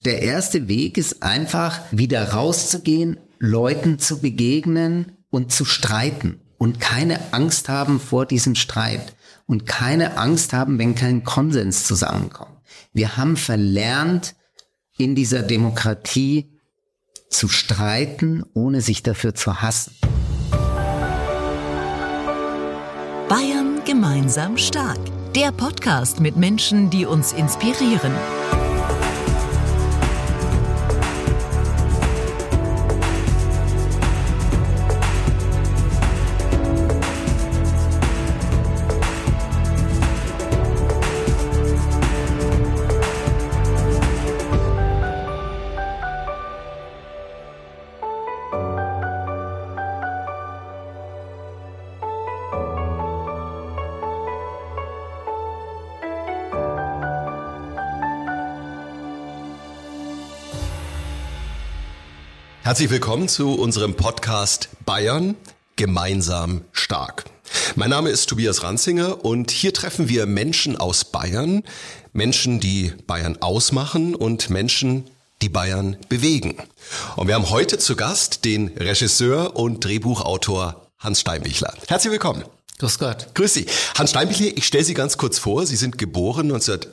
Der erste Weg ist einfach, wieder rauszugehen, Leuten zu begegnen und zu streiten und keine Angst haben vor diesem Streit und keine Angst haben, wenn kein Konsens zusammenkommt. Wir haben verlernt, in dieser Demokratie zu streiten, ohne sich dafür zu hassen. Bayern gemeinsam stark. Der Podcast mit Menschen, die uns inspirieren. Herzlich willkommen zu unserem Podcast Bayern gemeinsam stark. Mein Name ist Tobias Ranzinger und hier treffen wir Menschen aus Bayern, Menschen, die Bayern ausmachen und Menschen, die Bayern bewegen. Und wir haben heute zu Gast den Regisseur und Drehbuchautor Hans Steinbichler. Herzlich willkommen. Grüß Gott. Grüß Sie. Hans Steinbichler, ich stelle Sie ganz kurz vor. Sie sind geboren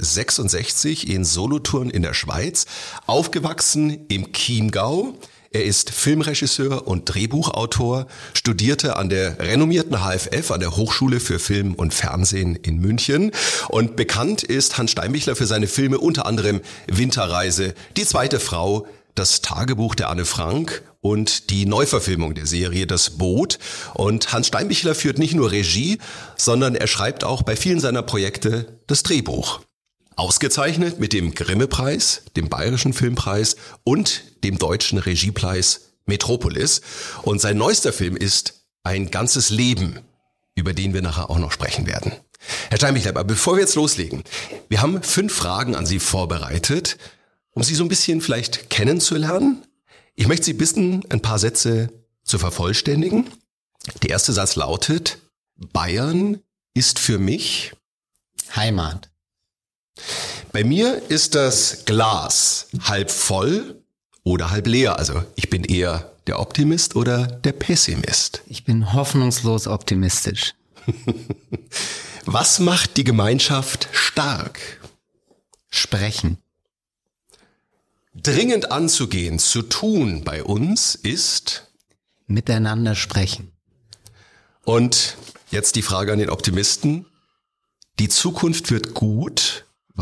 1966 in Solothurn in der Schweiz, aufgewachsen im Chiemgau. Er ist Filmregisseur und Drehbuchautor, studierte an der renommierten HFF, an der Hochschule für Film und Fernsehen in München. Und bekannt ist Hans Steinbichler für seine Filme, unter anderem Winterreise, Die zweite Frau, Das Tagebuch der Anne Frank und die Neuverfilmung der Serie Das Boot. Und Hans Steinbichler führt nicht nur Regie, sondern er schreibt auch bei vielen seiner Projekte das Drehbuch. Ausgezeichnet mit dem Grimme-Preis, dem Bayerischen Filmpreis und dem Deutschen Regiepreis Metropolis. Und sein neuester Film ist Ein ganzes Leben, über den wir nachher auch noch sprechen werden. Herr Steinbichler, aber bevor wir jetzt loslegen, wir haben 5 Fragen an Sie vorbereitet, um Sie so ein bisschen vielleicht kennenzulernen. Ich möchte Sie bitten, ein paar Sätze zu vervollständigen. Der erste Satz lautet: Bayern ist für mich Heimat. Bei mir ist das Glas halb voll oder halb leer. Also ich bin eher der Optimist oder der Pessimist. Ich bin hoffnungslos optimistisch. Was macht die Gemeinschaft stark? Sprechen. Dringend anzugehen, zu tun bei uns ist? Miteinander sprechen. Und jetzt die Frage an den Optimisten. Die Zukunft wird gut,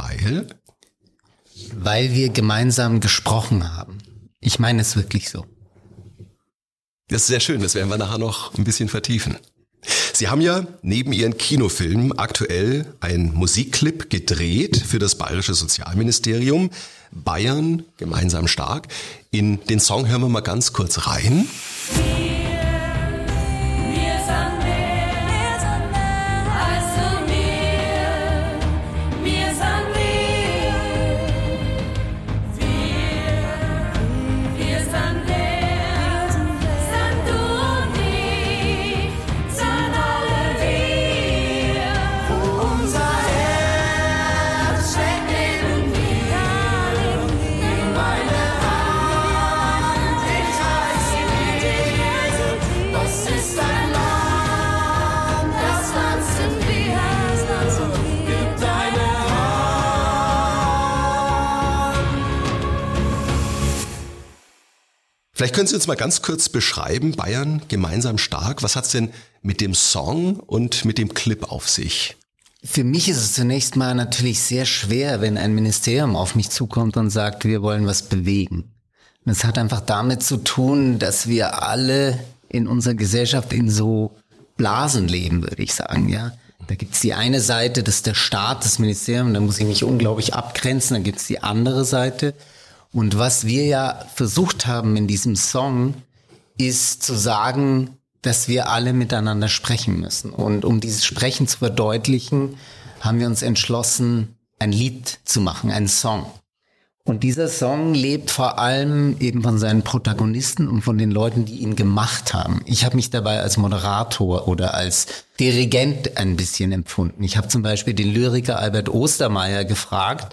weil wir gemeinsam gesprochen haben. Ich meine es wirklich so. Das ist sehr schön, das werden wir nachher noch ein bisschen vertiefen. Sie haben ja neben Ihren Kinofilmen aktuell einen Musikclip gedreht für das Bayerische Sozialministerium. Bayern gemeinsam stark. In den Song hören wir mal ganz kurz rein. Vielleicht können Sie uns mal ganz kurz beschreiben, Bayern gemeinsam stark. Was hat's denn mit dem Song und mit dem Clip auf sich? Für mich ist es zunächst mal natürlich sehr schwer, wenn ein Ministerium auf mich zukommt und sagt, wir wollen was bewegen. Das hat einfach damit zu tun, dass wir alle in unserer Gesellschaft in so Blasen leben, würde ich sagen, ja. Da gibt's die eine Seite, das ist der Staat, das Ministerium, da muss ich mich unglaublich abgrenzen. Dann gibt's die andere Seite. Und was wir ja versucht haben in diesem Song, ist zu sagen, dass wir alle miteinander sprechen müssen. Und um dieses Sprechen zu verdeutlichen, haben wir uns entschlossen, ein Lied zu machen, einen Song. Und dieser Song lebt vor allem eben von seinen Protagonisten und von den Leuten, die ihn gemacht haben. Ich habe mich dabei als Moderator oder als Dirigent ein bisschen empfunden. Ich habe zum Beispiel den Lyriker Albert Ostermeier gefragt,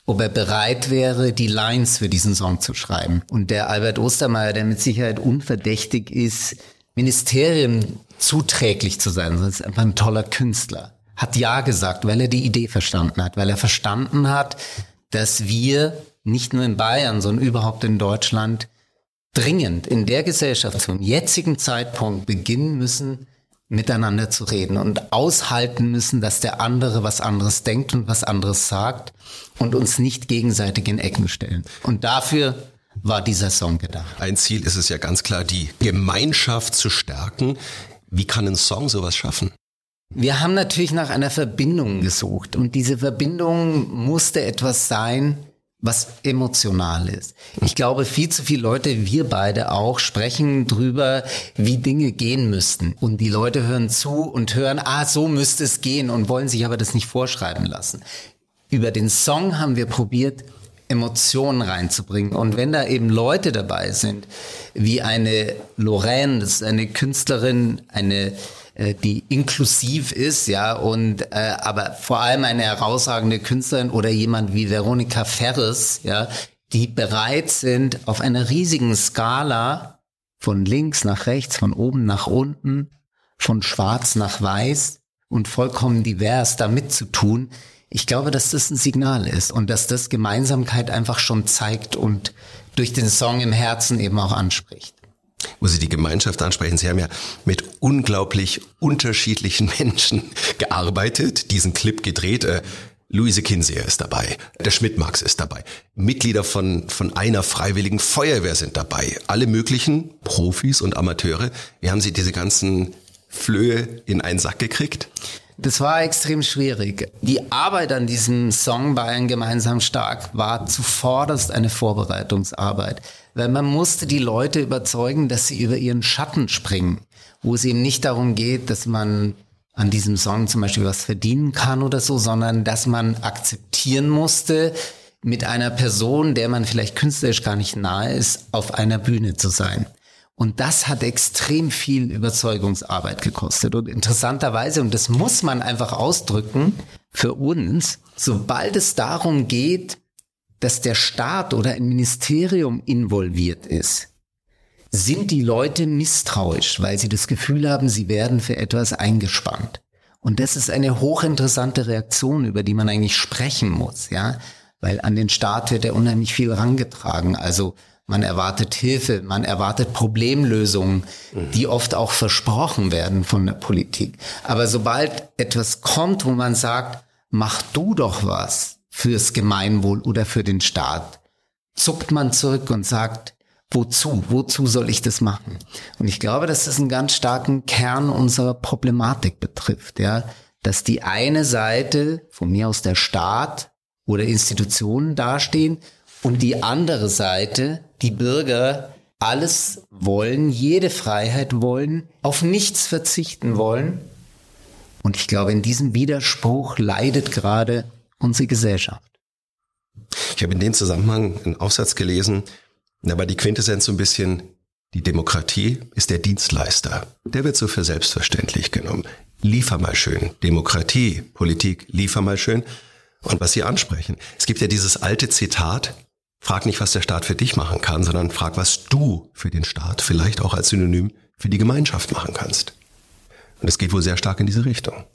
ob er bereit wäre, die Lines für diesen Song zu schreiben. Und der Albert Ostermeier, der mit Sicherheit unverdächtig ist, Ministerien zuträglich zu sein, das ist einfach ein toller Künstler, hat ja gesagt, weil er die Idee verstanden hat, weil er verstanden hat, dass wir nicht nur in Bayern, sondern überhaupt in Deutschland dringend in der Gesellschaft zum jetzigen Zeitpunkt beginnen müssen, miteinander zu reden und aushalten müssen, dass der andere was anderes denkt und was anderes sagt und uns nicht gegenseitig in Ecken stellen. Und dafür war dieser Song gedacht. Ein Ziel ist es ja ganz klar, die Gemeinschaft zu stärken. Wie kann ein Song sowas schaffen? Wir haben natürlich nach einer Verbindung gesucht und diese Verbindung musste etwas sein, was emotional ist. Ich glaube, viel zu viele Leute, wir beide auch, sprechen drüber, wie Dinge gehen müssten. Und die Leute hören zu und hören, so müsste es gehen und wollen sich aber das nicht vorschreiben lassen. Über den Song haben wir probiert, Emotionen reinzubringen. Und wenn da eben Leute dabei sind, wie eine Lorraine, das ist eine Künstlerin, die inklusiv ist, ja, und aber vor allem eine herausragende Künstlerin oder jemand wie Veronika Ferres, ja, die bereit sind, auf einer riesigen Skala von links nach rechts, von oben nach unten, von schwarz nach weiß und vollkommen divers da mitzutun. Ich glaube, dass das ein Signal ist und dass das Gemeinsamkeit einfach schon zeigt und durch den Song im Herzen eben auch anspricht. Wo Sie die Gemeinschaft ansprechen, Sie haben ja mit unglaublich unterschiedlichen Menschen gearbeitet, diesen Clip gedreht. Luise Kinseher ist dabei, der Schmidt-Max ist dabei, Mitglieder von einer freiwilligen Feuerwehr sind dabei, alle möglichen Profis und Amateure. Wie haben Sie diese ganzen Flöhe in einen Sack gekriegt? Das war extrem schwierig. Die Arbeit an diesem Song Bayern gemeinsam stark war zuvorderst eine Vorbereitungsarbeit, weil man musste die Leute überzeugen, dass sie über ihren Schatten springen, wo es eben nicht darum geht, dass man an diesem Song zum Beispiel was verdienen kann oder so, sondern dass man akzeptieren musste, mit einer Person, der man vielleicht künstlerisch gar nicht nahe ist, auf einer Bühne zu sein. Und das hat extrem viel Überzeugungsarbeit gekostet. Und interessanterweise, und das muss man einfach ausdrücken für uns, sobald es darum geht, dass der Staat oder ein Ministerium involviert ist, sind die Leute misstrauisch, weil sie das Gefühl haben, sie werden für etwas eingespannt. Und das ist eine hochinteressante Reaktion, über die man eigentlich sprechen muss, ja, weil an den Staat wird ja unheimlich viel herangetragen. Also man erwartet Hilfe, man erwartet Problemlösungen, die oft auch versprochen werden von der Politik. Aber sobald etwas kommt, wo man sagt, mach du doch was fürs Gemeinwohl oder für den Staat, zuckt man zurück und sagt, wozu soll ich das machen? Und ich glaube, dass das einen ganz starken Kern unserer Problematik betrifft, ja, dass die eine Seite, von mir aus der Staat oder Institutionen dastehen, und die andere Seite, die Bürger, alles wollen, jede Freiheit wollen, auf nichts verzichten wollen. Und ich glaube, in diesem Widerspruch leidet gerade unsere Gesellschaft. Ich habe in dem Zusammenhang einen Aufsatz gelesen, da war die Quintessenz so ein bisschen, die Demokratie ist der Dienstleister. Der wird so für selbstverständlich genommen. Liefer mal schön. Demokratie, Politik, liefer mal schön. Und was Sie ansprechen, es gibt ja dieses alte Zitat, frag nicht, was der Staat für dich machen kann, sondern frag, was du für den Staat, vielleicht auch als Synonym für die Gemeinschaft machen kannst. Und es geht wohl sehr stark in diese Richtung.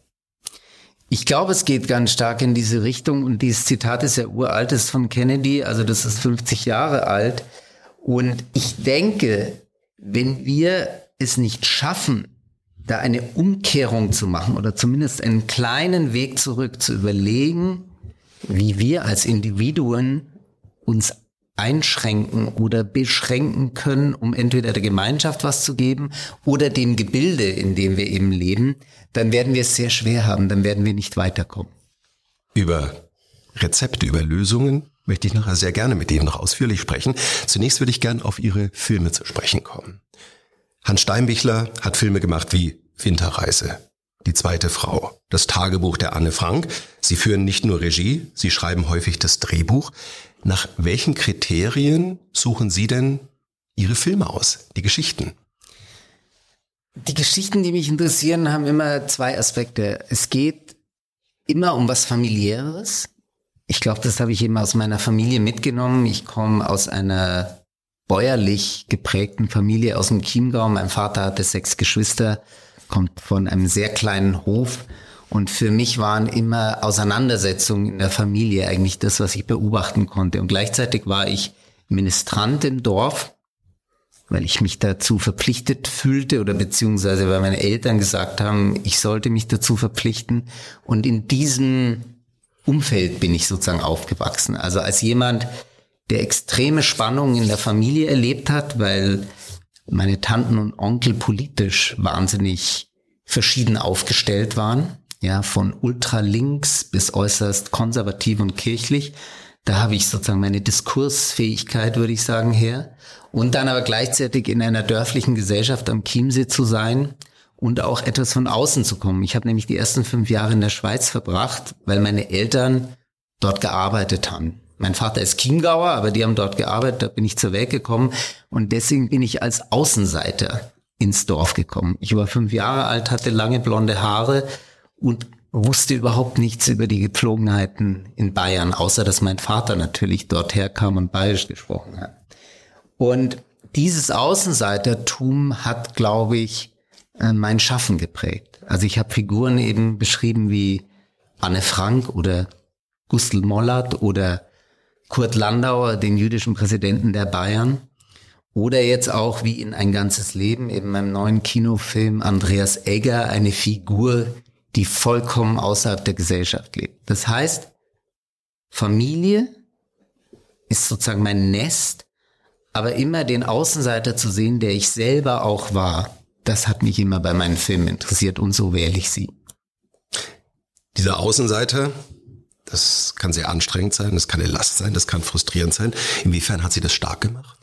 Ich glaube, es geht ganz stark in diese Richtung und dieses Zitat ist ja uralt, ist von Kennedy, also das ist 50 Jahre alt. Und ich denke, wenn wir es nicht schaffen, da eine Umkehrung zu machen oder zumindest einen kleinen Weg zurück zu überlegen, wie wir als Individuen uns einschränken oder beschränken können, um entweder der Gemeinschaft was zu geben oder dem Gebilde, in dem wir eben leben, dann werden wir es sehr schwer haben, dann werden wir nicht weiterkommen. Über Rezepte, über Lösungen möchte ich nachher sehr gerne mit Ihnen noch ausführlich sprechen. Zunächst würde ich gerne auf Ihre Filme zu sprechen kommen. Hans Steinbichler hat Filme gemacht wie Winterreise, Die zweite Frau, das Tagebuch der Anne Frank. Sie führen nicht nur Regie, Sie schreiben häufig das Drehbuch. Nach welchen Kriterien suchen Sie denn Ihre Filme aus, die Geschichten? Die Geschichten, die mich interessieren, haben immer zwei Aspekte. Es geht immer um was Familiäres. Ich glaube, das habe ich eben aus meiner Familie mitgenommen. Ich komme aus einer bäuerlich geprägten Familie aus dem Chiemgau. Mein Vater hatte 6 Geschwister, kommt von einem sehr kleinen Hof. Und für mich waren immer Auseinandersetzungen in der Familie eigentlich das, was ich beobachten konnte. Und gleichzeitig war ich Ministrant im Dorf, weil ich mich dazu verpflichtet fühlte oder beziehungsweise weil meine Eltern gesagt haben, ich sollte mich dazu verpflichten. Und in diesem Umfeld bin ich sozusagen aufgewachsen. Also als jemand, der extreme Spannungen in der Familie erlebt hat, weil meine Tanten und Onkel politisch wahnsinnig verschieden aufgestellt waren. Ja, von ultralinks bis äußerst konservativ und kirchlich. Da habe ich sozusagen meine Diskursfähigkeit, würde ich sagen, her. Und dann aber gleichzeitig in einer dörflichen Gesellschaft am Chiemsee zu sein und auch etwas von außen zu kommen. Ich habe nämlich die ersten 5 Jahre in der Schweiz verbracht, weil meine Eltern dort gearbeitet haben. Mein Vater ist Chiemgauer, aber die haben dort gearbeitet, da bin ich zur Welt gekommen. Und deswegen bin ich als Außenseiter ins Dorf gekommen. Ich war 5 Jahre alt, hatte lange blonde Haare und wusste überhaupt nichts über die Gepflogenheiten in Bayern, außer dass mein Vater natürlich dort herkam und Bayerisch gesprochen hat. Und dieses Außenseitertum hat, glaube ich, mein Schaffen geprägt. Also ich habe Figuren eben beschrieben wie Anne Frank oder Gustl Mollert oder Kurt Landauer, den jüdischen Präsidenten der Bayern. Oder jetzt auch wie in Ein ganzes Leben, eben meinem neuen Kinofilm Andreas Egger, eine Figur, die vollkommen außerhalb der Gesellschaft lebt. Das heißt, Familie ist sozusagen mein Nest, aber immer den Außenseiter zu sehen, der ich selber auch war, das hat mich immer bei meinen Filmen interessiert und so wähle ich sie. Dieser Außenseiter, das kann sehr anstrengend sein, das kann eine Last sein, das kann frustrierend sein. Inwiefern hat sie das stark gemacht?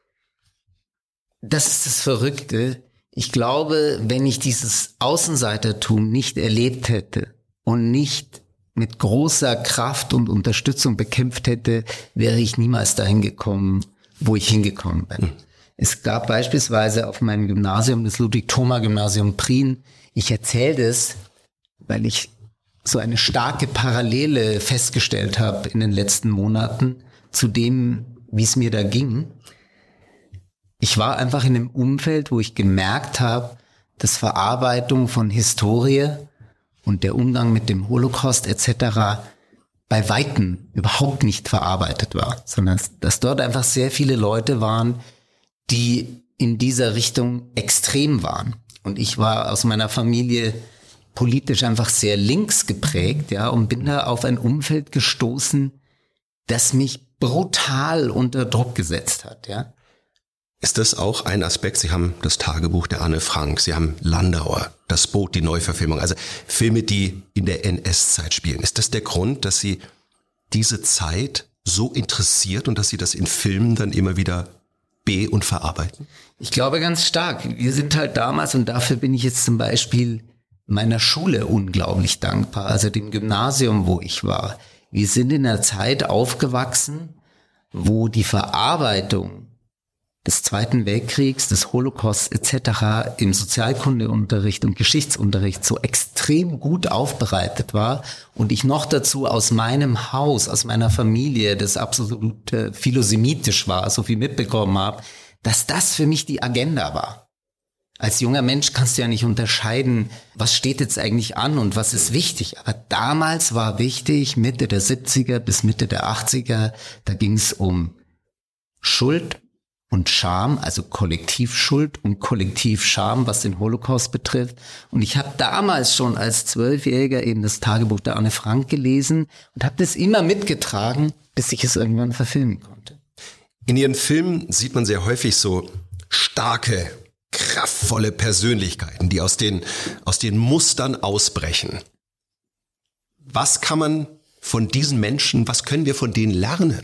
Das ist das Verrückte. Ich glaube, wenn ich dieses Außenseitertum nicht erlebt hätte und nicht mit großer Kraft und Unterstützung bekämpft hätte, wäre ich niemals dahin gekommen, wo ich hingekommen bin. Es gab beispielsweise auf meinem Gymnasium, das Ludwig-Thoma-Gymnasium Prien, ich erzähle das, weil ich so eine starke Parallele festgestellt habe in den letzten Monaten zu dem, wie es mir da ging. Ich war einfach in einem Umfeld, wo ich gemerkt habe, dass Verarbeitung von Historie und der Umgang mit dem Holocaust etc. bei Weitem überhaupt nicht verarbeitet war, sondern dass dort einfach sehr viele Leute waren, die in dieser Richtung extrem waren. Und ich war aus meiner Familie politisch einfach sehr links geprägt, ja, und bin da auf ein Umfeld gestoßen, das mich brutal unter Druck gesetzt hat, ja. Ist das auch ein Aspekt? Sie haben das Tagebuch der Anne Frank, Sie haben Landauer, Das Boot, die Neuverfilmung, also Filme, die in der NS-Zeit spielen. Ist das der Grund, dass Sie diese Zeit so interessiert und dass Sie das in Filmen dann immer wieder und verarbeiten? Ich glaube ganz stark. Wir sind halt damals, und dafür bin ich jetzt zum Beispiel meiner Schule unglaublich dankbar, also dem Gymnasium, wo ich war. Wir sind in einer Zeit aufgewachsen, wo die Verarbeitung des Zweiten Weltkriegs, des Holocaust etc. im Sozialkundeunterricht und Geschichtsunterricht so extrem gut aufbereitet war und ich noch dazu aus meinem Haus, aus meiner Familie, das absolut philosemitisch war, so viel mitbekommen habe, dass das für mich die Agenda war. Als junger Mensch kannst du ja nicht unterscheiden, was steht jetzt eigentlich an und was ist wichtig. Aber damals war wichtig, Mitte der 70er bis Mitte der 80er, da ging es um Schuld und Scham, also Kollektivschuld und Kollektivscham, was den Holocaust betrifft. Und ich habe damals schon als 12-Jähriger eben das Tagebuch der Anne Frank gelesen und habe das immer mitgetragen, bis ich es irgendwann verfilmen konnte. In Ihren Filmen sieht man sehr häufig so starke, kraftvolle Persönlichkeiten, die aus den Mustern ausbrechen. Was kann man von diesen Menschen, was können wir von denen lernen?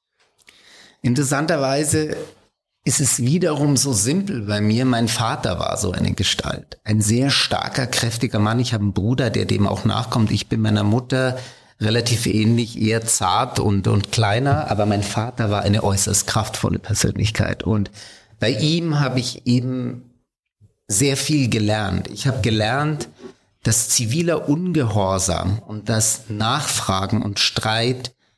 Interessanterweise ist es wiederum so simpel bei mir. Mein Vater war so eine Gestalt. Ein sehr starker, kräftiger Mann. Ich habe einen Bruder, der dem auch nachkommt. Ich bin meiner Mutter relativ ähnlich, eher zart und kleiner. Aber mein Vater war eine äußerst kraftvolle Persönlichkeit. Und bei ihm habe ich eben sehr viel gelernt. Ich habe gelernt, dass ziviler Ungehorsam und das Nachfragen und Streit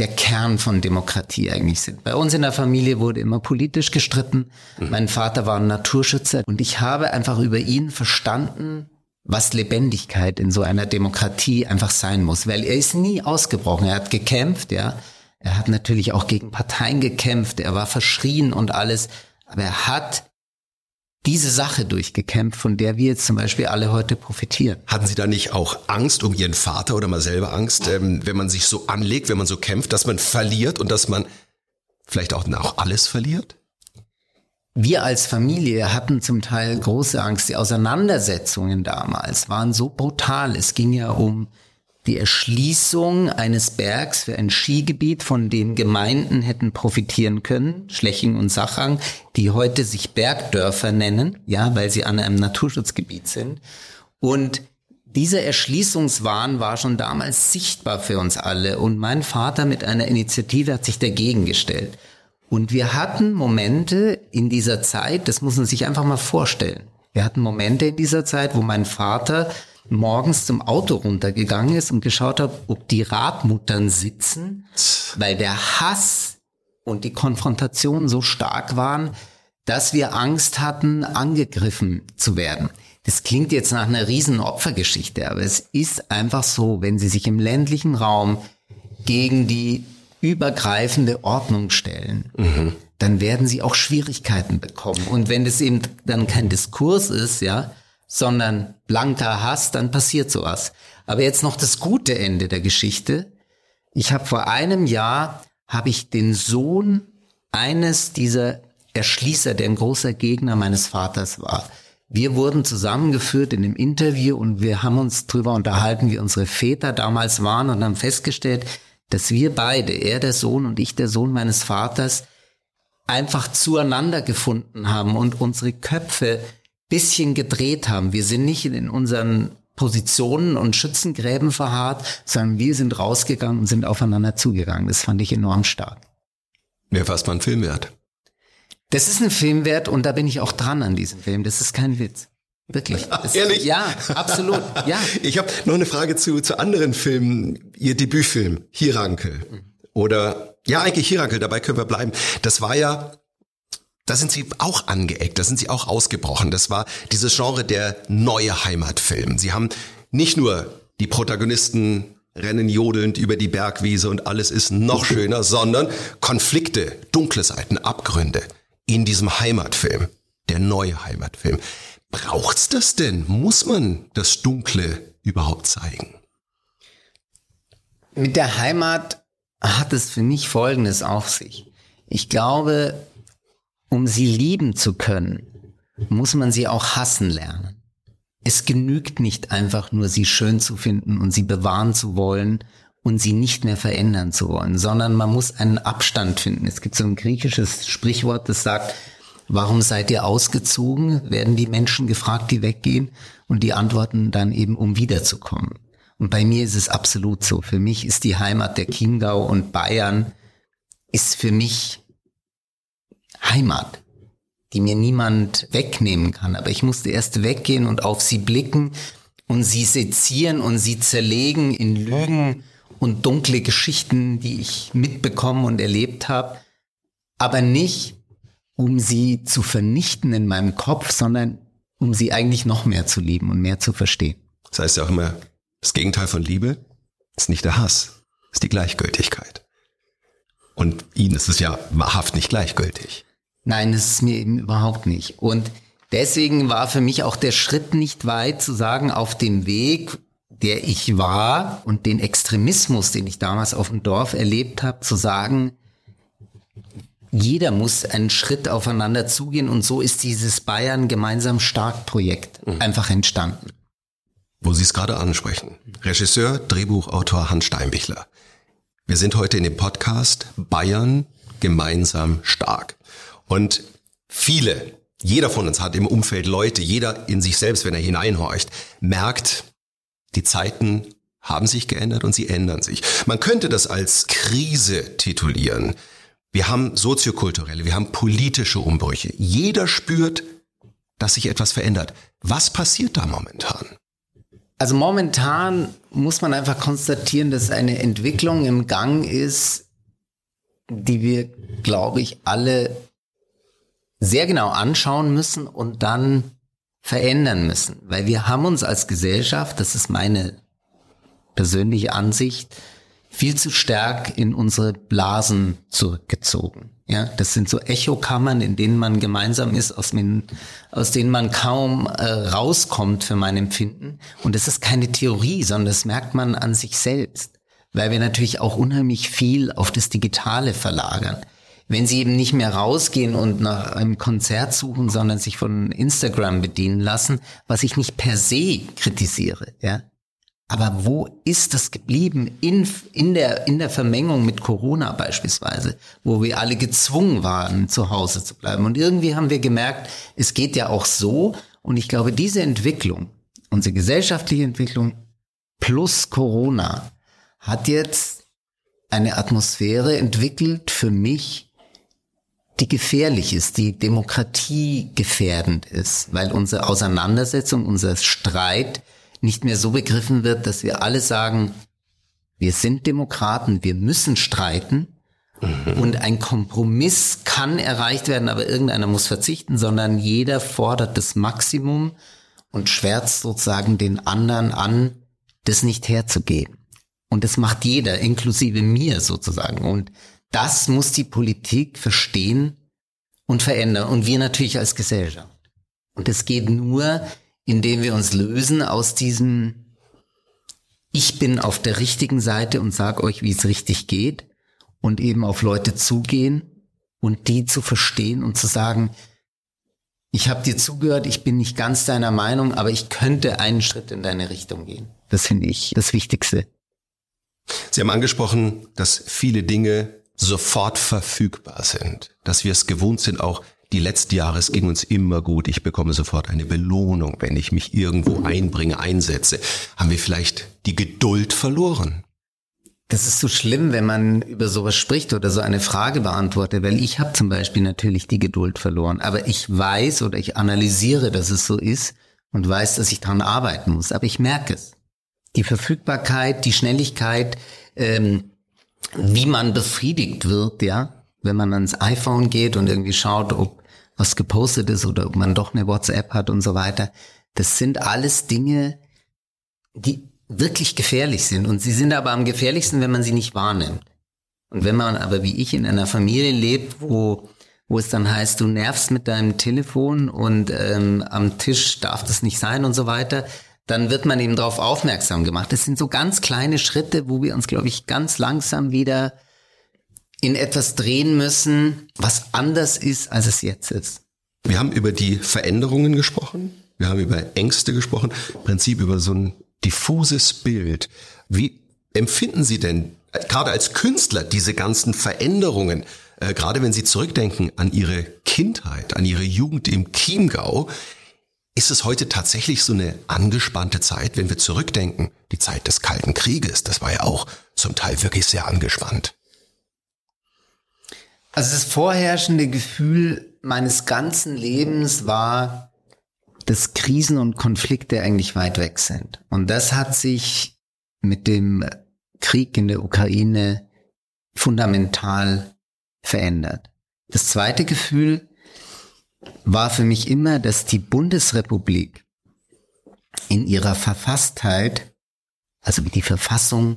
der Kern von Demokratie eigentlich sind. Bei uns in der Familie wurde immer politisch gestritten. Mein Vater war ein Naturschützer und ich habe einfach über ihn verstanden, was Lebendigkeit in so einer Demokratie einfach sein muss, weil er ist nie ausgebrochen. Er hat gekämpft, ja. Er hat natürlich auch gegen Parteien gekämpft. Er war verschrien und alles. Aber er hat diese Sache durchgekämpft, von der wir jetzt zum Beispiel alle heute profitieren. Hatten Sie da nicht auch Angst um Ihren Vater oder mal selber Angst, wenn man sich so anlegt, wenn man so kämpft, dass man verliert und dass man vielleicht auch alles verliert? Wir als Familie hatten zum Teil große Angst. Die Auseinandersetzungen damals waren so brutal. Es ging ja um die Erschließung eines Bergs für ein Skigebiet, von dem Gemeinden hätten profitieren können, Schleching und Sachang, die heute sich Bergdörfer nennen, ja, weil sie an einem Naturschutzgebiet sind. Und dieser Erschließungswahn war schon damals sichtbar für uns alle. Und mein Vater mit einer Initiative hat sich dagegen gestellt. Und wir hatten Momente in dieser Zeit, das muss man sich einfach mal vorstellen. Wir hatten Momente in dieser Zeit, wo mein Vater morgens zum Auto runtergegangen ist und geschaut hat, ob die Radmuttern sitzen, weil der Hass und die Konfrontation so stark waren, dass wir Angst hatten, angegriffen zu werden. Das klingt jetzt nach einer riesen Opfergeschichte, aber es ist einfach so, wenn Sie sich im ländlichen Raum gegen die übergreifende Ordnung stellen, dann werden Sie auch Schwierigkeiten bekommen. Und wenn das eben dann kein Diskurs ist, ja, sondern blanker Hass, dann passiert sowas. Aber jetzt noch das gute Ende der Geschichte. Ich habe vor einem Jahr, den Sohn eines dieser Erschließer, der ein großer Gegner meines Vaters war. Wir wurden zusammengeführt in einem Interview und wir haben uns darüber unterhalten, wie unsere Väter damals waren und haben festgestellt, dass wir beide, er der Sohn und ich der Sohn meines Vaters, einfach zueinander gefunden haben und unsere Köpfe bisschen gedreht haben. Wir sind nicht in unseren Positionen und Schützengräben verharrt, sondern wir sind rausgegangen und sind aufeinander zugegangen. Das fand ich enorm stark. Wäre fast mal ein Film wert. Das ist ein Film wert und da bin ich auch dran an diesem Film. Das ist kein Witz. Wirklich. Ehrlich? Ja, absolut. Ja. Ich habe noch eine Frage zu anderen Filmen. Ihr Debütfilm, Hirankel. Oder, ja, eigentlich Hirankel, dabei können wir bleiben. Das war ja, da sind Sie auch angeeckt, da sind Sie auch ausgebrochen. Das war dieses Genre der neue Heimatfilm. Sie haben nicht nur die Protagonisten rennen jodelnd über die Bergwiese und alles ist noch schöner, sondern Konflikte, dunkle Seiten, Abgründe in diesem Heimatfilm, der neue Heimatfilm. Braucht's das denn? Muss man das Dunkle überhaupt zeigen? Mit der Heimat hat es für mich Folgendes auf sich. Ich glaube, um sie lieben zu können, muss man sie auch hassen lernen. Es genügt nicht einfach nur, sie schön zu finden und sie bewahren zu wollen und sie nicht mehr verändern zu wollen, sondern man muss einen Abstand finden. Es gibt so ein griechisches Sprichwort, das sagt, warum seid ihr ausgezogen? Werden die Menschen gefragt, die weggehen, und die antworten dann eben, um wiederzukommen. Und bei mir ist es absolut so. Für mich ist die Heimat der Chiemgau und Bayern ist für mich Heimat, die mir niemand wegnehmen kann. Aber ich musste erst weggehen und auf sie blicken und sie sezieren und sie zerlegen in Lügen und dunkle Geschichten, die ich mitbekommen und erlebt habe. Aber nicht, um sie zu vernichten in meinem Kopf, sondern um sie eigentlich noch mehr zu lieben und mehr zu verstehen. Das heißt ja auch immer, das Gegenteil von Liebe ist nicht der Hass, ist die Gleichgültigkeit. Und Ihnen ist es ja wahrhaft nicht gleichgültig. Nein, das ist mir eben überhaupt nicht. Und deswegen war für mich auch der Schritt nicht weit zu sagen, auf dem Weg, der ich war und den Extremismus, den ich damals auf dem Dorf erlebt habe, zu sagen, jeder muss einen Schritt aufeinander zugehen, und so ist dieses Bayern gemeinsam stark Projekt einfach entstanden. Wo Sie es gerade ansprechen. Regisseur, Drehbuchautor Hans Steinbichler. Wir sind heute in dem Podcast Bayern gemeinsam stark. Und jeder von uns hat im Umfeld Leute, jeder in sich selbst, wenn er hineinhorcht, merkt, die Zeiten haben sich geändert und sie ändern sich. Man könnte das als Krise titulieren. Wir haben soziokulturelle, wir haben politische Umbrüche. Jeder spürt, dass sich etwas verändert. Was passiert da momentan? Also momentan muss man einfach konstatieren, dass eine Entwicklung im Gang ist, die wir, glaube ich, alle sehr genau anschauen müssen und dann verändern müssen. Weil wir haben uns als Gesellschaft, das ist meine persönliche Ansicht, viel zu stark in unsere Blasen zurückgezogen. Ja, das sind so Echokammern, in denen man gemeinsam ist, aus denen man kaum rauskommt für mein Empfinden. Und das ist keine Theorie, sondern das merkt man an sich selbst, weil wir natürlich auch unheimlich viel auf das Digitale verlagern. Wenn Sie eben nicht mehr rausgehen und nach einem Konzert suchen, sondern sich von Instagram bedienen lassen, was ich nicht per se kritisiere, ja. Aber wo ist das geblieben in der Vermengung mit Corona beispielsweise, wo wir alle gezwungen waren, zu Hause zu bleiben? Und irgendwie haben wir gemerkt, es geht ja auch so. Und ich glaube, diese Entwicklung, unsere gesellschaftliche Entwicklung plus Corona, hat jetzt eine Atmosphäre entwickelt für mich, die gefährlich ist, die demokratiegefährdend ist, weil unsere Auseinandersetzung, unser Streit nicht mehr so begriffen wird, dass wir alle sagen, wir sind Demokraten, wir müssen streiten und ein Kompromiss kann erreicht werden, aber irgendeiner muss verzichten, sondern jeder fordert das Maximum und schwärzt sozusagen den anderen an, das nicht herzugeben. Und das macht jeder, inklusive mir sozusagen. Und das muss die Politik verstehen und verändern. Und wir natürlich als Gesellschaft. Und das geht nur, indem wir uns lösen aus diesem, ich bin auf der richtigen Seite und sag euch, wie es richtig geht, und eben auf Leute zugehen und die zu verstehen und zu sagen, ich habe dir zugehört, ich bin nicht ganz deiner Meinung, aber ich könnte einen Schritt in deine Richtung gehen. Das finde ich das Wichtigste. Sie haben angesprochen, dass viele Dinge sofort verfügbar sind, dass wir es gewohnt sind, auch die letzten Jahre, es ging uns immer gut, ich bekomme sofort eine Belohnung, wenn ich mich irgendwo einbringe, einsetze. Haben wir vielleicht die Geduld verloren? Das ist so schlimm, wenn man über sowas spricht oder so eine Frage beantwortet, weil ich habe zum Beispiel natürlich die Geduld verloren, aber ich weiß oder ich analysiere, dass es so ist und weiß, dass ich daran arbeiten muss, aber ich merke es. Die Verfügbarkeit, die Schnelligkeit, wie man befriedigt wird, ja, wenn man ans iPhone geht und irgendwie schaut, ob was gepostet ist oder ob man doch eine WhatsApp hat und so weiter. Das sind alles Dinge, die wirklich gefährlich sind. Und sie sind aber am gefährlichsten, wenn man sie nicht wahrnimmt. Und wenn man aber wie ich in einer Familie lebt, wo es dann heißt, du nervst mit deinem Telefon und am Tisch darf das nicht sein und so weiter, dann wird man eben darauf aufmerksam gemacht. Das sind so ganz kleine Schritte, wo wir uns, glaube ich, ganz langsam wieder in etwas drehen müssen, was anders ist, als es jetzt ist. Wir haben über die Veränderungen gesprochen, wir haben über Ängste gesprochen, im Prinzip über so ein diffuses Bild. Wie empfinden Sie denn, gerade als Künstler, diese ganzen Veränderungen, gerade wenn Sie zurückdenken an Ihre Kindheit, an Ihre Jugend im Chiemgau, ist es heute tatsächlich so eine angespannte Zeit, wenn wir zurückdenken, die Zeit des Kalten Krieges, das war ja auch zum Teil wirklich sehr angespannt. Also das vorherrschende Gefühl meines ganzen Lebens war, dass Krisen und Konflikte eigentlich weit weg sind. Und das hat sich mit dem Krieg in der Ukraine fundamental verändert. Das zweite Gefühl war für mich immer, dass die Bundesrepublik in ihrer Verfasstheit, also wie die Verfassung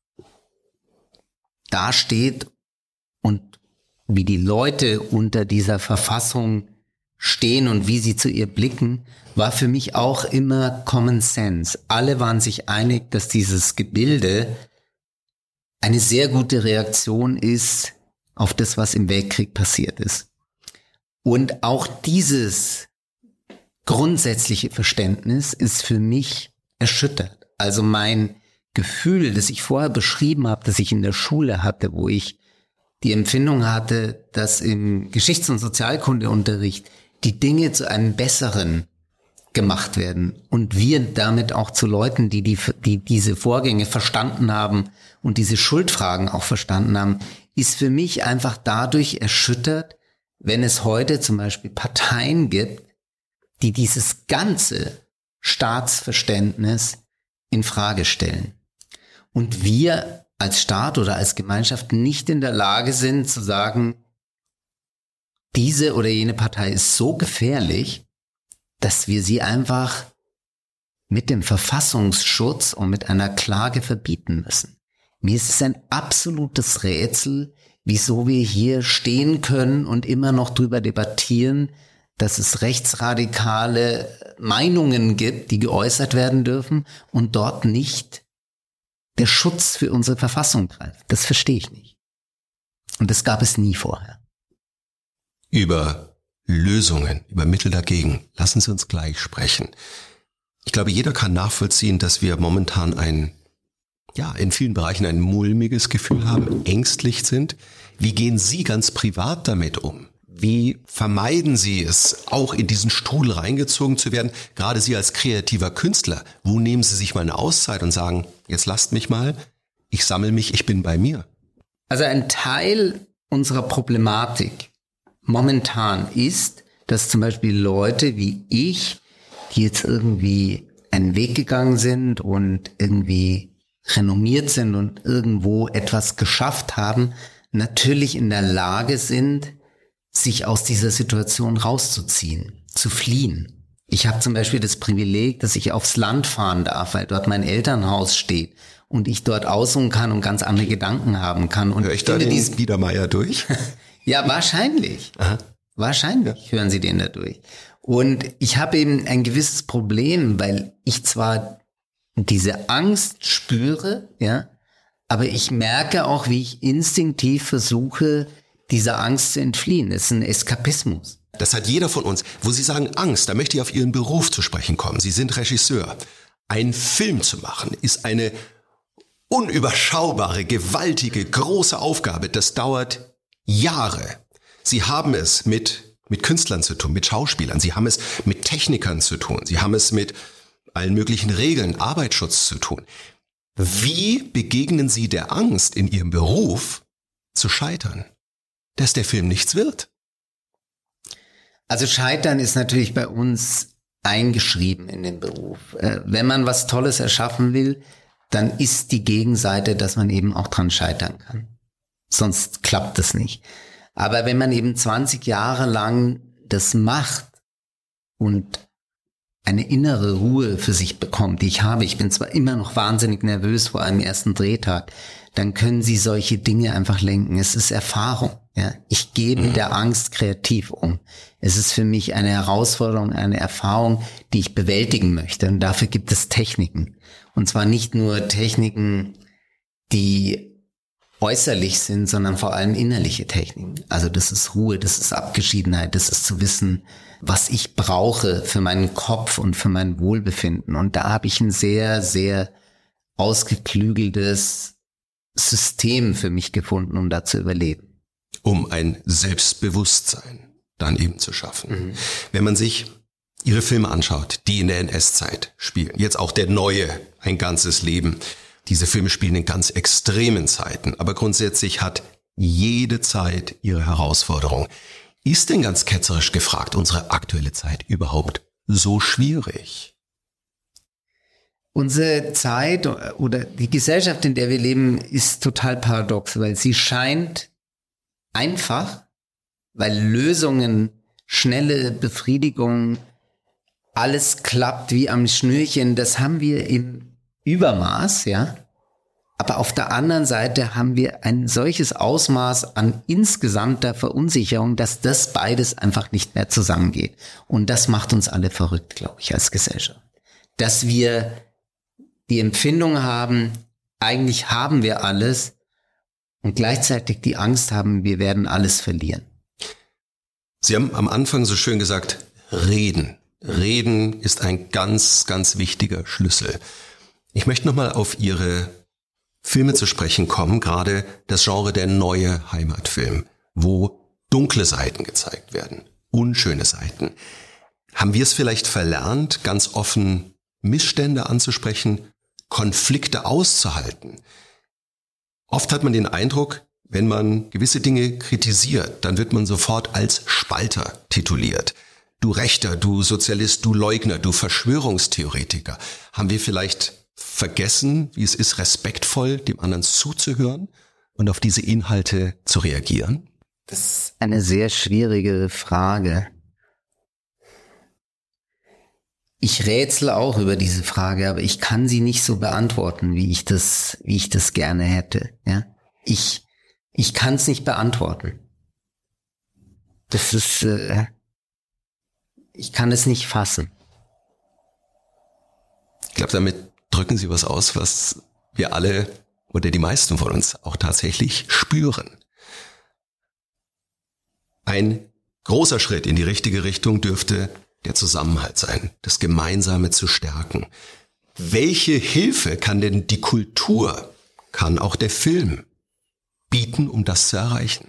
dasteht und wie die Leute unter dieser Verfassung stehen und wie sie zu ihr blicken, war für mich auch immer Common Sense. Alle waren sich einig, dass dieses Gebilde eine sehr gute Reaktion ist auf das, was im Weltkrieg passiert ist. Und auch dieses grundsätzliche Verständnis ist für mich erschüttert. Also mein Gefühl, das ich vorher beschrieben habe, das ich in der Schule hatte, wo ich die Empfindung hatte, dass im Geschichts- und Sozialkundeunterricht die Dinge zu einem Besseren gemacht werden und wir damit auch zu Leuten, die diese Vorgänge verstanden haben und diese Schuldfragen auch verstanden haben, ist für mich einfach dadurch erschüttert, wenn es heute zum Beispiel Parteien gibt, die dieses ganze Staatsverständnis in Frage stellen. Und wir als Staat oder als Gemeinschaft nicht in der Lage sind zu sagen, diese oder jene Partei ist so gefährlich, dass wir sie einfach mit dem Verfassungsschutz und mit einer Klage verbieten müssen. Mir ist es ein absolutes Rätsel, wieso wir hier stehen können und immer noch drüber debattieren, dass es rechtsradikale Meinungen gibt, die geäußert werden dürfen und dort nicht der Schutz für unsere Verfassung greift. Das verstehe ich nicht. Und das gab es nie vorher. Über Lösungen, über Mittel dagegen, lassen Sie uns gleich sprechen. Ich glaube, jeder kann nachvollziehen, dass wir momentan in vielen Bereichen ein mulmiges Gefühl haben, ängstlich sind. Wie gehen Sie ganz privat damit um? Wie vermeiden Sie es, auch in diesen Strudel reingezogen zu werden? Gerade Sie als kreativer Künstler, wo nehmen Sie sich mal eine Auszeit und sagen, jetzt lasst mich mal, ich sammle mich, ich bin bei mir? Also ein Teil unserer Problematik momentan ist, dass zum Beispiel Leute wie ich, die jetzt irgendwie einen Weg gegangen sind und irgendwie renommiert sind und irgendwo etwas geschafft haben, natürlich in der Lage sind, sich aus dieser Situation rauszuziehen, zu fliehen. Ich habe zum Beispiel das Privileg, dass ich aufs Land fahren darf, weil dort mein Elternhaus steht und ich dort ausruhen kann und ganz andere Gedanken haben kann. Und höre ich da den Biedermeier durch? Ja, wahrscheinlich. Aha. Wahrscheinlich hören Sie den da durch. Und ich habe eben ein gewisses Problem, weil ich zwar diese Angst spüre, ja, aber ich merke auch, wie ich instinktiv versuche, dieser Angst zu entfliehen. Es ist ein Eskapismus. Das hat jeder von uns. Wo Sie sagen Angst, da möchte ich auf Ihren Beruf zu sprechen kommen. Sie sind Regisseur. Einen Film zu machen ist eine unüberschaubare, gewaltige, große Aufgabe. Das dauert Jahre. Sie haben es mit Künstlern zu tun, mit Schauspielern. Sie haben es mit Technikern zu tun. Sie haben es mit allen möglichen Regeln, Arbeitsschutz zu tun. Wie begegnen Sie der Angst in Ihrem Beruf zu scheitern? Dass der Film nichts wird? Also Scheitern ist natürlich bei uns eingeschrieben in den Beruf. Wenn man was Tolles erschaffen will, dann ist die Gegenseite, dass man eben auch dran scheitern kann. Sonst klappt es nicht. Aber wenn man eben 20 Jahre lang das macht und eine innere Ruhe für sich bekommt, die ich habe, ich bin zwar immer noch wahnsinnig nervös vor einem ersten Drehtag, dann können Sie solche Dinge einfach lenken. Es ist Erfahrung. Ja, ich gehe mit der Angst kreativ um. Es ist für mich eine Herausforderung, eine Erfahrung, die ich bewältigen möchte. Und dafür gibt es Techniken. Und zwar nicht nur Techniken, die äußerlich sind, sondern vor allem innerliche Techniken. Also das ist Ruhe, das ist Abgeschiedenheit, das ist zu wissen, was ich brauche für meinen Kopf und für mein Wohlbefinden. Und da habe ich ein sehr, sehr ausgeklügeltes System für mich gefunden, um da zu überleben. Um ein Selbstbewusstsein dann eben zu schaffen. Wenn man sich Ihre Filme anschaut, die in der NS-Zeit spielen, jetzt auch der neue, ein ganzes Leben, diese Filme spielen in ganz extremen Zeiten, aber grundsätzlich hat jede Zeit ihre Herausforderung. Ist denn ganz ketzerisch gefragt unsere aktuelle Zeit überhaupt so schwierig? Unsere Zeit oder die Gesellschaft, in der wir leben, ist total paradox, weil sie scheint einfach, weil Lösungen, schnelle Befriedigung, alles klappt wie am Schnürchen, das haben wir im Übermaß, ja. Aber auf der anderen Seite haben wir ein solches Ausmaß an insgesamter Verunsicherung, dass das beides einfach nicht mehr zusammengeht. Und das macht uns alle verrückt, glaube ich, als Gesellschaft. Dass wir die Empfindung haben, eigentlich haben wir alles, und gleichzeitig die Angst haben, wir werden alles verlieren. Sie haben am Anfang so schön gesagt, reden. Reden ist ein ganz, ganz wichtiger Schlüssel. Ich möchte nochmal auf Ihre Filme zu sprechen kommen, gerade das Genre der neue Heimatfilm, wo dunkle Seiten gezeigt werden, unschöne Seiten. Haben wir es vielleicht verlernt, ganz offen Missstände anzusprechen, Konflikte auszuhalten? Oft hat man den Eindruck, wenn man gewisse Dinge kritisiert, dann wird man sofort als Spalter tituliert. Du Rechter, du Sozialist, du Leugner, du Verschwörungstheoretiker. Haben wir vielleicht vergessen, wie es ist, respektvoll dem anderen zuzuhören und auf diese Inhalte zu reagieren? Das ist eine sehr schwierige Frage. Ich rätsel auch über diese Frage, aber ich kann sie nicht so beantworten, wie ich das gerne hätte. Ja? Ich kann es nicht beantworten. Das ist, ich kann es nicht fassen. Ich glaube, damit drücken Sie was aus, was wir alle oder die meisten von uns auch tatsächlich spüren. Ein großer Schritt in die richtige Richtung dürfte der Zusammenhalt sein, das Gemeinsame zu stärken. Welche Hilfe kann denn die Kultur, kann auch der Film bieten, um das zu erreichen?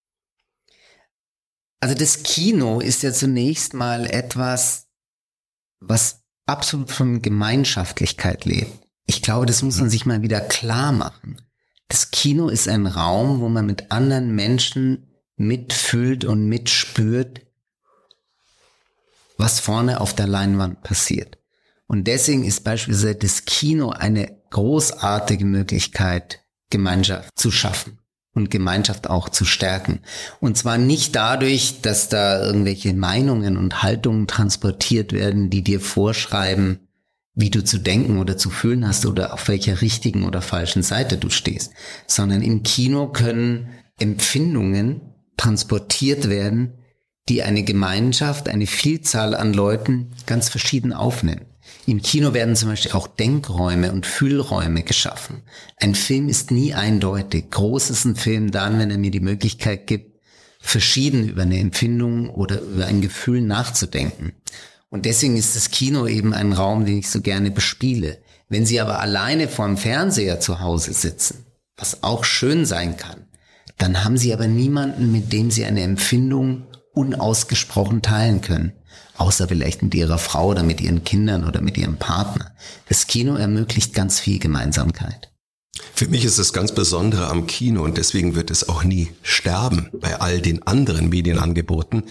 Also das Kino ist ja zunächst mal etwas, was absolut von Gemeinschaftlichkeit lebt. Ich glaube, das muss man sich mal wieder klar machen. Das Kino ist ein Raum, wo man mit anderen Menschen mitfühlt und mitspürt, was vorne auf der Leinwand passiert. Und deswegen ist beispielsweise das Kino eine großartige Möglichkeit, Gemeinschaft zu schaffen und Gemeinschaft auch zu stärken. Und zwar nicht dadurch, dass da irgendwelche Meinungen und Haltungen transportiert werden, die dir vorschreiben, wie du zu denken oder zu fühlen hast oder auf welcher richtigen oder falschen Seite du stehst, sondern im Kino können Empfindungen transportiert werden, die eine Gemeinschaft, eine Vielzahl an Leuten ganz verschieden aufnimmt. Im Kino werden zum Beispiel auch Denkräume und Fühlräume geschaffen. Ein Film ist nie eindeutig. Groß ist ein Film dann, wenn er mir die Möglichkeit gibt, verschieden über eine Empfindung oder über ein Gefühl nachzudenken. Und deswegen ist das Kino eben ein Raum, den ich so gerne bespiele. Wenn Sie aber alleine vorm Fernseher zu Hause sitzen, was auch schön sein kann, dann haben Sie aber niemanden, mit dem Sie eine Empfindung unausgesprochen teilen können. Außer vielleicht mit Ihrer Frau oder mit Ihren Kindern oder mit Ihrem Partner. Das Kino ermöglicht ganz viel Gemeinsamkeit. Für mich ist das ganz Besondere am Kino und deswegen wird es auch nie sterben bei all den anderen Medienangeboten.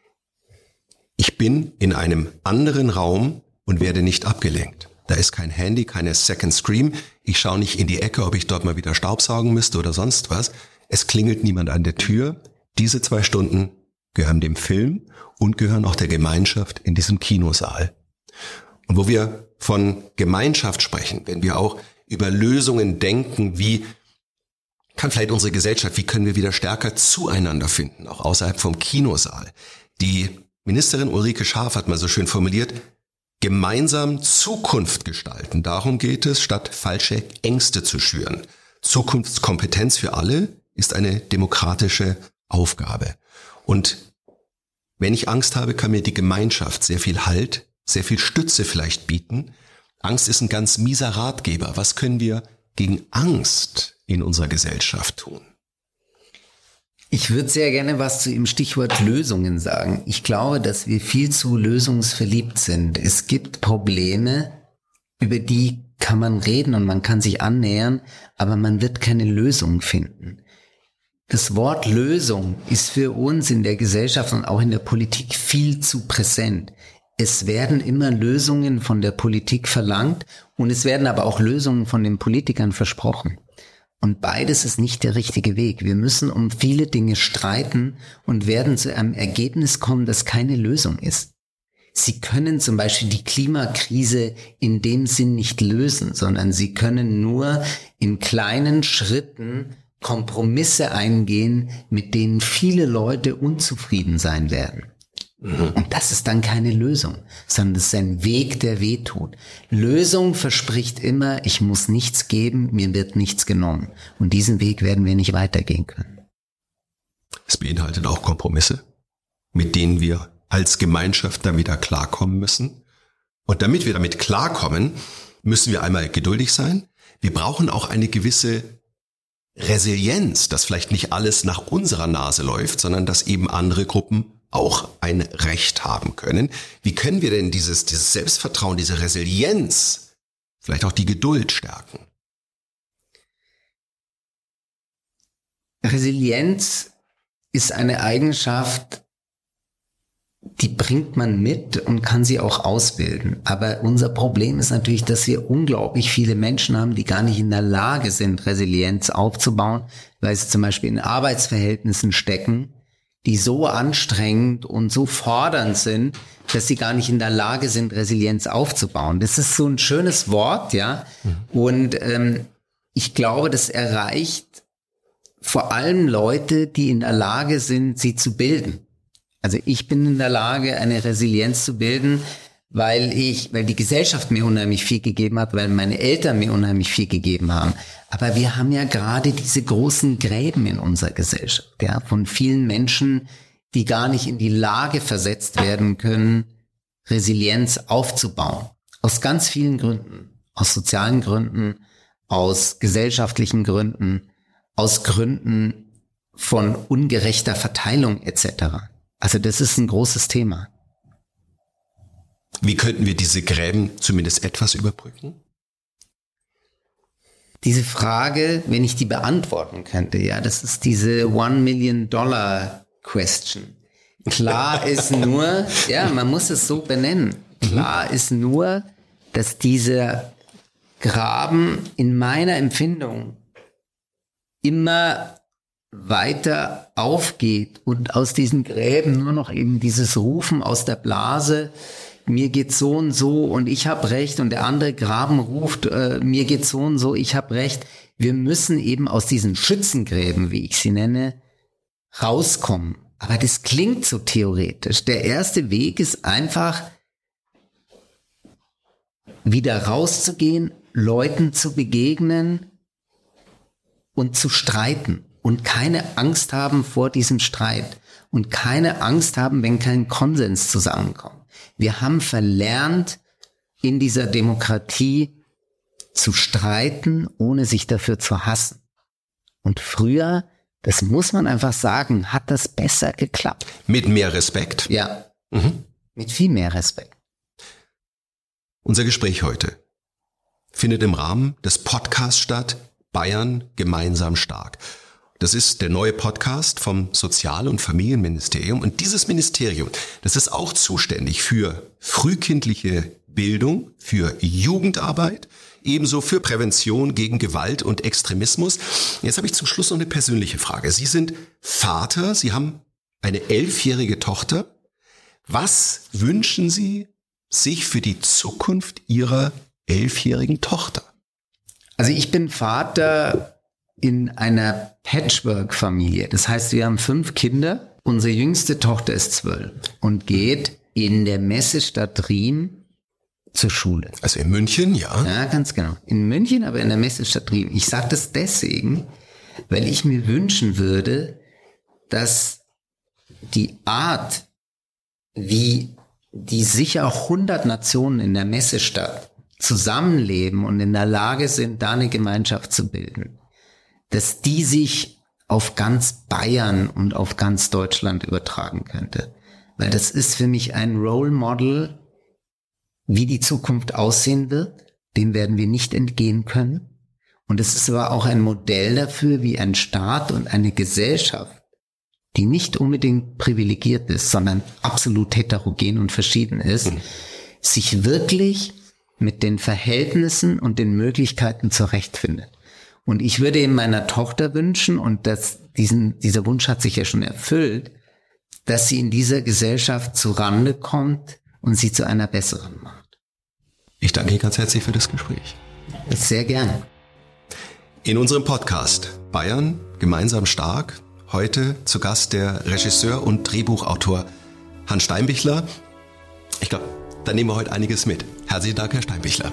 Ich bin in einem anderen Raum und werde nicht abgelenkt. Da ist kein Handy, keine Second Screen. Ich schaue nicht in die Ecke, ob ich dort mal wieder staubsaugen müsste oder sonst was. Es klingelt niemand an der Tür. Diese 2 Stunden gehören dem Film und gehören auch der Gemeinschaft in diesem Kinosaal. Und wo wir von Gemeinschaft sprechen, wenn wir auch über Lösungen denken, wie kann vielleicht unsere Gesellschaft, wie können wir wieder stärker zueinander finden, auch außerhalb vom Kinosaal. Die Ministerin Ulrike Schaaf hat mal so schön formuliert, gemeinsam Zukunft gestalten. Darum geht es, statt falsche Ängste zu schüren. Zukunftskompetenz für alle ist eine demokratische Aufgabe. Und wenn ich Angst habe, kann mir die Gemeinschaft sehr viel Halt, sehr viel Stütze vielleicht bieten. Angst ist ein ganz mieser Ratgeber. Was können wir gegen Angst in unserer Gesellschaft tun? Ich würde sehr gerne was zu dem Stichwort Lösungen sagen. Ich glaube, dass wir viel zu lösungsverliebt sind. Es gibt Probleme, über die kann man reden und man kann sich annähern, aber man wird keine Lösung finden. Das Wort Lösung ist für uns in der Gesellschaft und auch in der Politik viel zu präsent. Es werden immer Lösungen von der Politik verlangt und es werden aber auch Lösungen von den Politikern versprochen. Und beides ist nicht der richtige Weg. Wir müssen um viele Dinge streiten und werden zu einem Ergebnis kommen, das keine Lösung ist. Sie können zum Beispiel die Klimakrise in dem Sinn nicht lösen, sondern Sie können nur in kleinen Schritten Kompromisse eingehen, mit denen viele Leute unzufrieden sein werden. Und das ist dann keine Lösung, sondern das ist ein Weg, der wehtut. Lösung verspricht immer, ich muss nichts geben, mir wird nichts genommen. Und diesen Weg werden wir nicht weitergehen können. Es beinhaltet auch Kompromisse, mit denen wir als Gemeinschaft dann wieder klarkommen müssen. Und damit wir damit klarkommen, müssen wir einmal geduldig sein. Wir brauchen auch eine gewisse Resilienz, dass vielleicht nicht alles nach unserer Nase läuft, sondern dass eben andere Gruppen auch ein Recht haben können. Wie können wir denn dieses Selbstvertrauen, diese Resilienz, vielleicht auch die Geduld stärken? Resilienz ist eine Eigenschaft, die bringt man mit und kann sie auch ausbilden. Aber unser Problem ist natürlich, dass wir unglaublich viele Menschen haben, die gar nicht in der Lage sind, Resilienz aufzubauen, weil sie zum Beispiel in Arbeitsverhältnissen stecken, die so anstrengend und so fordernd sind, dass sie gar nicht in der Lage sind, Resilienz aufzubauen. Das ist so ein schönes Wort, ja. Und ich glaube, das erreicht vor allem Leute, die in der Lage sind, sie zu bilden. Also ich bin in der Lage, eine Resilienz zu bilden, weil die Gesellschaft mir unheimlich viel gegeben hat, weil meine Eltern mir unheimlich viel gegeben haben. Aber wir haben ja gerade diese großen Gräben in unserer Gesellschaft, ja, von vielen Menschen, die gar nicht in die Lage versetzt werden können, Resilienz aufzubauen. Aus ganz vielen Gründen. Aus sozialen Gründen, aus gesellschaftlichen Gründen, aus Gründen von ungerechter Verteilung etc. Also das ist ein großes Thema. Wie könnten wir diese Gräben zumindest etwas überbrücken? Diese Frage, wenn ich die beantworten könnte, ja, das ist diese $1 Million Question. Klar ist nur, ja, man muss es so benennen. Klar ist nur, dass dieser Graben in meiner Empfindung immer weiter aufgeht und aus diesen Gräben nur noch eben dieses Rufen aus der Blase, mir geht's so und so und ich habe recht, und der andere Graben ruft, mir geht's so und so, ich habe recht. Wir müssen eben aus diesen Schützengräben, wie ich sie nenne, rauskommen. Aber das klingt so theoretisch. Der erste Weg ist einfach, wieder rauszugehen, Leuten zu begegnen und zu streiten. Und keine Angst haben vor diesem Streit. Und keine Angst haben, wenn kein Konsens zusammenkommt. Wir haben verlernt, in dieser Demokratie zu streiten, ohne sich dafür zu hassen. Und früher, das muss man einfach sagen, hat das besser geklappt. Mit mehr Respekt? Ja, mit viel mehr Respekt. Unser Gespräch heute findet im Rahmen des Podcasts statt, Bayern gemeinsam stark. Das ist der neue Podcast vom Sozial- und Familienministerium. Und dieses Ministerium, das ist auch zuständig für frühkindliche Bildung, für Jugendarbeit, ebenso für Prävention gegen Gewalt und Extremismus. Jetzt habe ich zum Schluss noch eine persönliche Frage. Sie sind Vater, Sie haben eine 11-jährige Tochter. Was wünschen Sie sich für die Zukunft Ihrer 11-jährigen Tochter? Also ich bin Vater in einer Patchwork-Familie. Das heißt, wir haben 5 Kinder. Unsere jüngste Tochter ist 12 und geht in der Messestadt Riem zur Schule. Also in München, ja? Ja, ganz genau. In München, aber in der Messestadt Riem. Ich sage das deswegen, weil ich mir wünschen würde, dass die Art, wie die sicher 100 Nationen in der Messestadt zusammenleben und in der Lage sind, da eine Gemeinschaft zu bilden, dass die sich auf ganz Bayern und auf ganz Deutschland übertragen könnte. Weil das ist für mich ein Role Model, wie die Zukunft aussehen wird. Dem werden wir nicht entgehen können. Und es ist aber auch ein Modell dafür, wie ein Staat und eine Gesellschaft, die nicht unbedingt privilegiert ist, sondern absolut heterogen und verschieden ist, sich wirklich mit den Verhältnissen und den Möglichkeiten zurechtfindet. Und ich würde eben meiner Tochter wünschen, und dieser Wunsch hat sich ja schon erfüllt, dass sie in dieser Gesellschaft zurande kommt und sie zu einer besseren macht. Ich danke Ihnen ganz herzlich für das Gespräch. Sehr gerne. In unserem Podcast Bayern gemeinsam stark, heute zu Gast der Regisseur und Drehbuchautor Hans Steinbichler. Ich glaube, da nehmen wir heute einiges mit. Herzlichen Dank, Herr Steinbichler.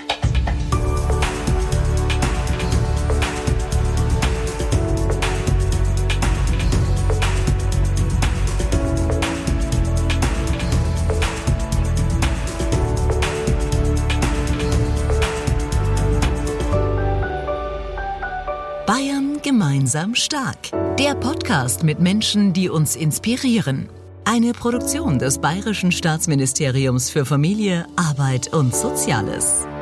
Bayern gemeinsam stark. Der Podcast mit Menschen, die uns inspirieren. Eine Produktion des Bayerischen Staatsministeriums für Familie, Arbeit und Soziales.